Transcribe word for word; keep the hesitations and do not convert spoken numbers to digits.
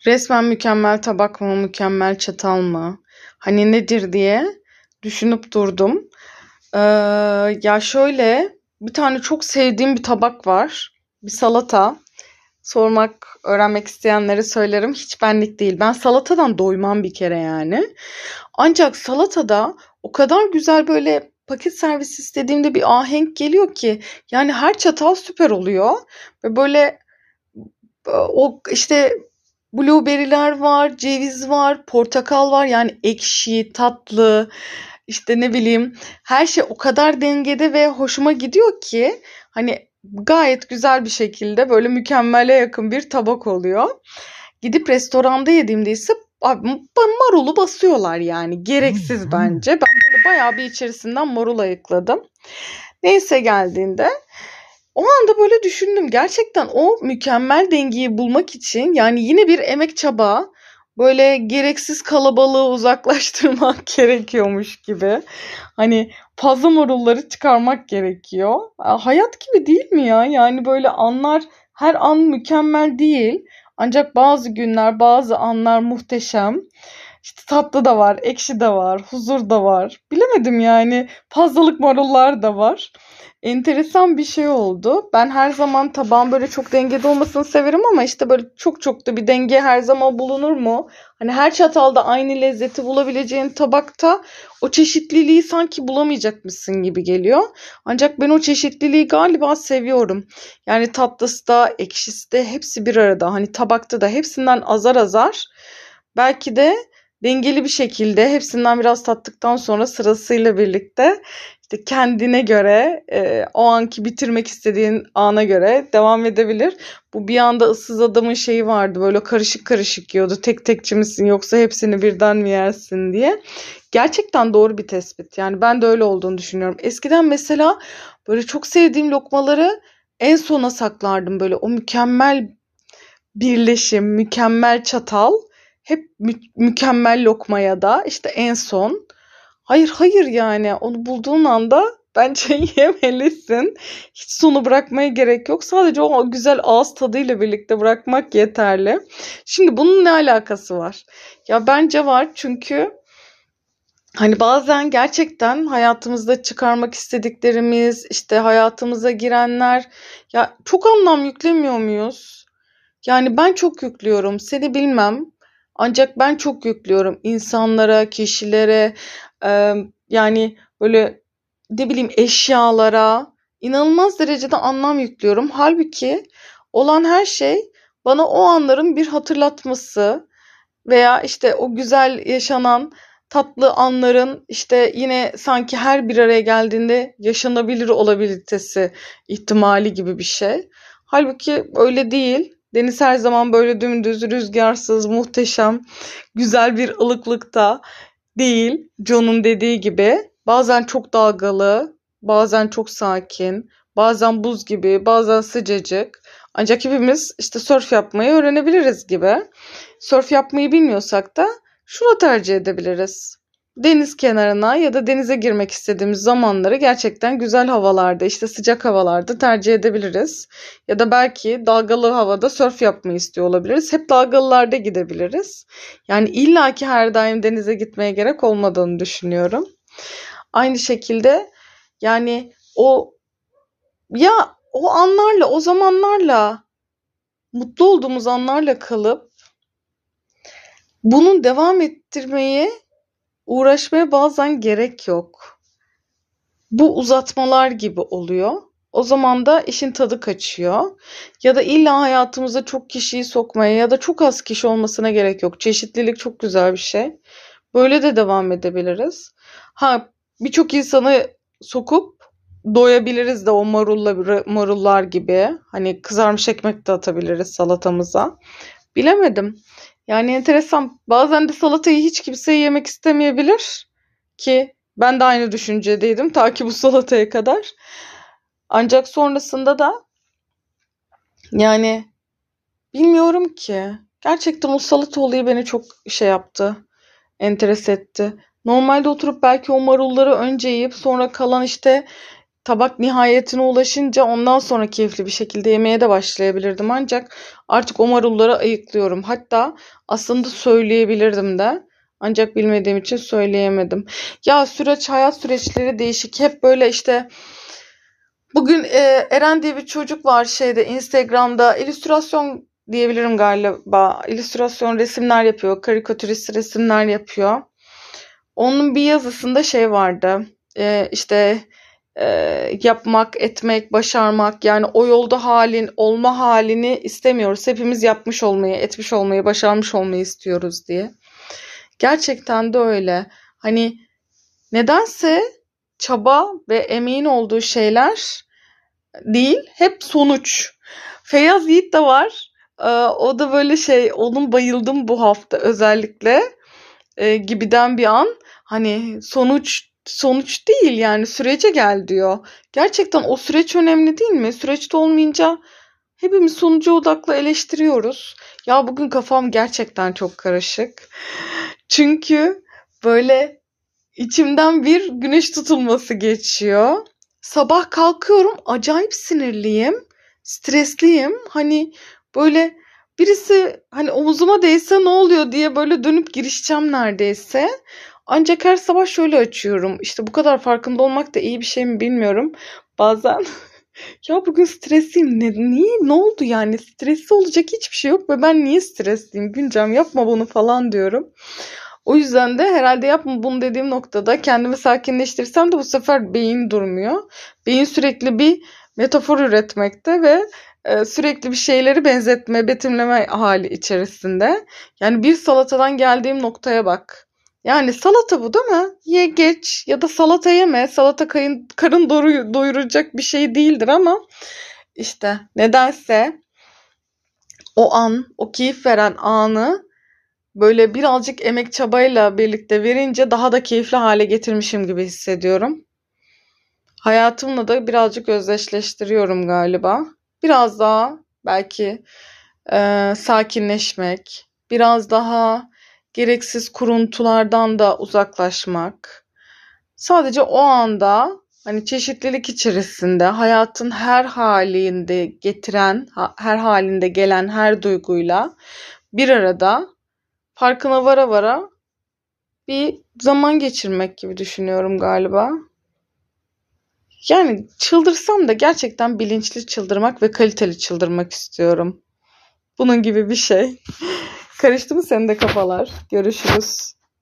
Resmen mükemmel tabak mı, mükemmel çatal mı? Hani nedir diye düşünüp durdum. Ee, ya şöyle bir tane çok sevdiğim bir tabak var. Bir salata. Sormak, öğrenmek isteyenlere söylerim. Hiç benlik değil. Ben salatadan doymam bir kere yani. Ancak salatada o kadar güzel böyle paket servis istediğimde bir ahenk geliyor ki. Yani her çatal süper oluyor. Ve böyle o işte blueberry'ler var, ceviz var, portakal var. Yani ekşi, tatlı, işte ne bileyim her şey o kadar dengede ve hoşuma gidiyor ki hani gayet güzel bir şekilde böyle mükemmele yakın bir tabak oluyor. Gidip restoranda yediğimde ise abi, marulu basıyorlar yani. Gereksiz bence. Ben böyle bayağı bir içerisinden marul ayıkladım. Neyse geldiğinde o anda böyle düşündüm. Gerçekten o mükemmel dengeyi bulmak için yani yine bir emek çaba böyle gereksiz kalabalığı uzaklaştırmak gerekiyormuş gibi. Hani fazla marulları çıkarmak gerekiyor. Hayat gibi değil mi ya? Yani böyle anlar her an mükemmel değil. Ancak bazı günler, bazı anlar muhteşem. İşte tatlı da var, ekşi de var, huzur da var. Bilemedim yani. Fazlalık marullar da var. Enteresan bir şey oldu. Ben her zaman tabağın böyle çok dengede olmasını severim ama işte böyle çok çok da bir denge her zaman bulunur mu? Hani her çatalda aynı lezzeti bulabileceğin tabakta o çeşitliliği sanki bulamayacakmışsın gibi geliyor. Ancak ben o çeşitliliği galiba seviyorum. Yani tatlısı da, ekşisi de hepsi bir arada. Hani tabakta da hepsinden azar azar. Belki de dengeli bir şekilde hepsinden biraz tattıktan sonra sırasıyla birlikte işte kendine göre e, o anki bitirmek istediğin ana göre devam edebilir. Bu bir anda ıssız adamın şeyi vardı, böyle karışık karışık yiyordu. Tek tekçi misin yoksa hepsini birden mi yersin diye. Gerçekten doğru bir tespit. Yani ben de öyle olduğunu düşünüyorum. Eskiden mesela böyle çok sevdiğim lokmaları en sona saklardım. Böyle o mükemmel birleşim, mükemmel çatal hep mü- mükemmel lokmaya da işte en son. Hayır hayır yani onu bulduğun anda bence yemelisin. Hiç sonu bırakmaya gerek yok. Sadece o güzel ağız tadıyla birlikte bırakmak yeterli. Şimdi bunun ne alakası var? Ya bence var çünkü hani bazen gerçekten hayatımızda çıkarmak istediklerimiz, işte hayatımıza girenler ya çok anlam yüklemiyor muyuz? Yani ben çok yüklüyorum. Seni bilmem. Ancak ben çok yüklüyorum insanlara, kişilere, e, yani böyle ne bileyim eşyalara inanılmaz derecede anlam yüklüyorum. Halbuki olan her şey bana o anların bir hatırlatması veya işte o güzel yaşanan tatlı anların işte yine sanki her bir araya geldiğinde yaşanabilir olabilitesi ihtimali gibi bir şey. Halbuki öyle değil. Deniz her zaman böyle dümdüz, rüzgarsız, muhteşem, güzel bir ılıklıkta değil. John'un dediği gibi. Bazen çok dalgalı, bazen çok sakin, bazen buz gibi, bazen sıcacık. Ancak hepimiz işte sörf yapmayı öğrenebiliriz gibi. Sörf yapmayı bilmiyorsak da şunu tercih edebiliriz. Deniz kenarına ya da denize girmek istediğimiz zamanları gerçekten güzel havalarda, işte sıcak havalarda tercih edebiliriz. Ya da belki dalgalı havada sörf yapmayı istiyor olabiliriz. Hep dalgalılarda gidebiliriz. Yani illaki her daim denize gitmeye gerek olmadığını düşünüyorum. Aynı şekilde yani o ya o anlarla, o zamanlarla, mutlu olduğumuz anlarla kalıp bunun devam ettirmeye, uğraşmaya bazen gerek yok. Bu uzatmalar gibi oluyor. O zaman da işin tadı kaçıyor. Ya da illa hayatımıza çok kişiyi sokmaya ya da çok az kişi olmasına gerek yok. Çeşitlilik çok güzel bir şey. Böyle de devam edebiliriz. Ha, birçok insanı sokup doyabiliriz de o marulla, marullar gibi. Hani kızarmış ekmek de atabiliriz salatamıza. Bilemedim. Yani enteresan. Bazen de salatayı hiç kimse yemek istemeyebilir ki ben de aynı düşüncedeydim ta ki bu salataya kadar. Ancak sonrasında da yani bilmiyorum ki. Gerçekten o salata olayı beni çok şey yaptı. Enteres etti. Normalde oturup belki o marulları önce yiyip sonra kalan işte tabak nihayetine ulaşınca ondan sonra keyifli bir şekilde yemeye de başlayabilirdim. Ancak artık o marulları ayıklıyorum. Hatta aslında söyleyebilirdim de. Ancak bilmediğim için söyleyemedim. Ya süreç, hayat süreçleri değişik. Hep böyle işte bugün e, Eren diye bir çocuk var şeyde Instagram'da illüstrasyon diyebilirim galiba. İllüstrasyon resimler yapıyor. Karikatürist resimler yapıyor. Onun bir yazısında şey vardı. E, işte e, yapmak, etmek, başarmak, yani o yolda halin, olma halini istemiyoruz. Hepimiz yapmış olmayı, etmiş olmayı, başarmış olmayı istiyoruz diye. Gerçekten de öyle. Hani nedense çaba ve emeğin olduğu şeyler değil, hep sonuç. Feyyaz Yiğit de var. Ee, o da böyle şey, onun bayıldım bu hafta özellikle ee, gibiden bir an. Hani sonuç sonuç değil, yani sürece gel diyor. Gerçekten o süreç önemli değil mi? Süreçte olmayınca hepimiz sonuca odaklı eleştiriyoruz. Ya bugün kafam gerçekten çok karışık. Çünkü böyle içimden bir güneş tutulması geçiyor. Sabah kalkıyorum, acayip sinirliyim, stresliyim. Hani böyle birisi hani omuzuma değse ne oluyor diye böyle dönüp girişeceğim neredeyse. Ancak her sabah şöyle açıyorum. İşte bu kadar farkında olmak da iyi bir şey mi bilmiyorum. Bazen ya bugün stresliyim. Ne, niye? Ne oldu yani? Stresli olacak hiçbir şey yok ve ben niye stresliyim? Güncem yapma bunu falan diyorum. O yüzden de herhalde yapma bunu dediğim noktada kendimi sakinleştirsem de bu sefer beyin durmuyor. Beyin sürekli bir metafor üretmekte ve e, sürekli bir şeyleri benzetme, betimleme hali içerisinde. Yani bir salatadan geldiğim noktaya bak. Yani salata bu değil mi? Ye geç ya da salata yeme. Salata kayın, karın doyur, doyuracak bir şey değildir ama işte nedense o an, o keyif veren anı böyle birazcık emek çabayla birlikte verince daha da keyifli hale getirmişim gibi hissediyorum. Hayatımla da birazcık özdeşleştiriyorum galiba. Biraz daha belki e, sakinleşmek, biraz daha gereksiz kuruntulardan da uzaklaşmak. Sadece o anda hani çeşitlilik içerisinde hayatın her halinde getiren, her halinde gelen her duyguyla bir arada farkına vara vara bir zaman geçirmek gibi düşünüyorum galiba. Yani çıldırsam da gerçekten bilinçli çıldırmak ve kaliteli çıldırmak istiyorum. Bunun gibi bir şey. Karıştı mı senin de kafalar? Görüşürüz.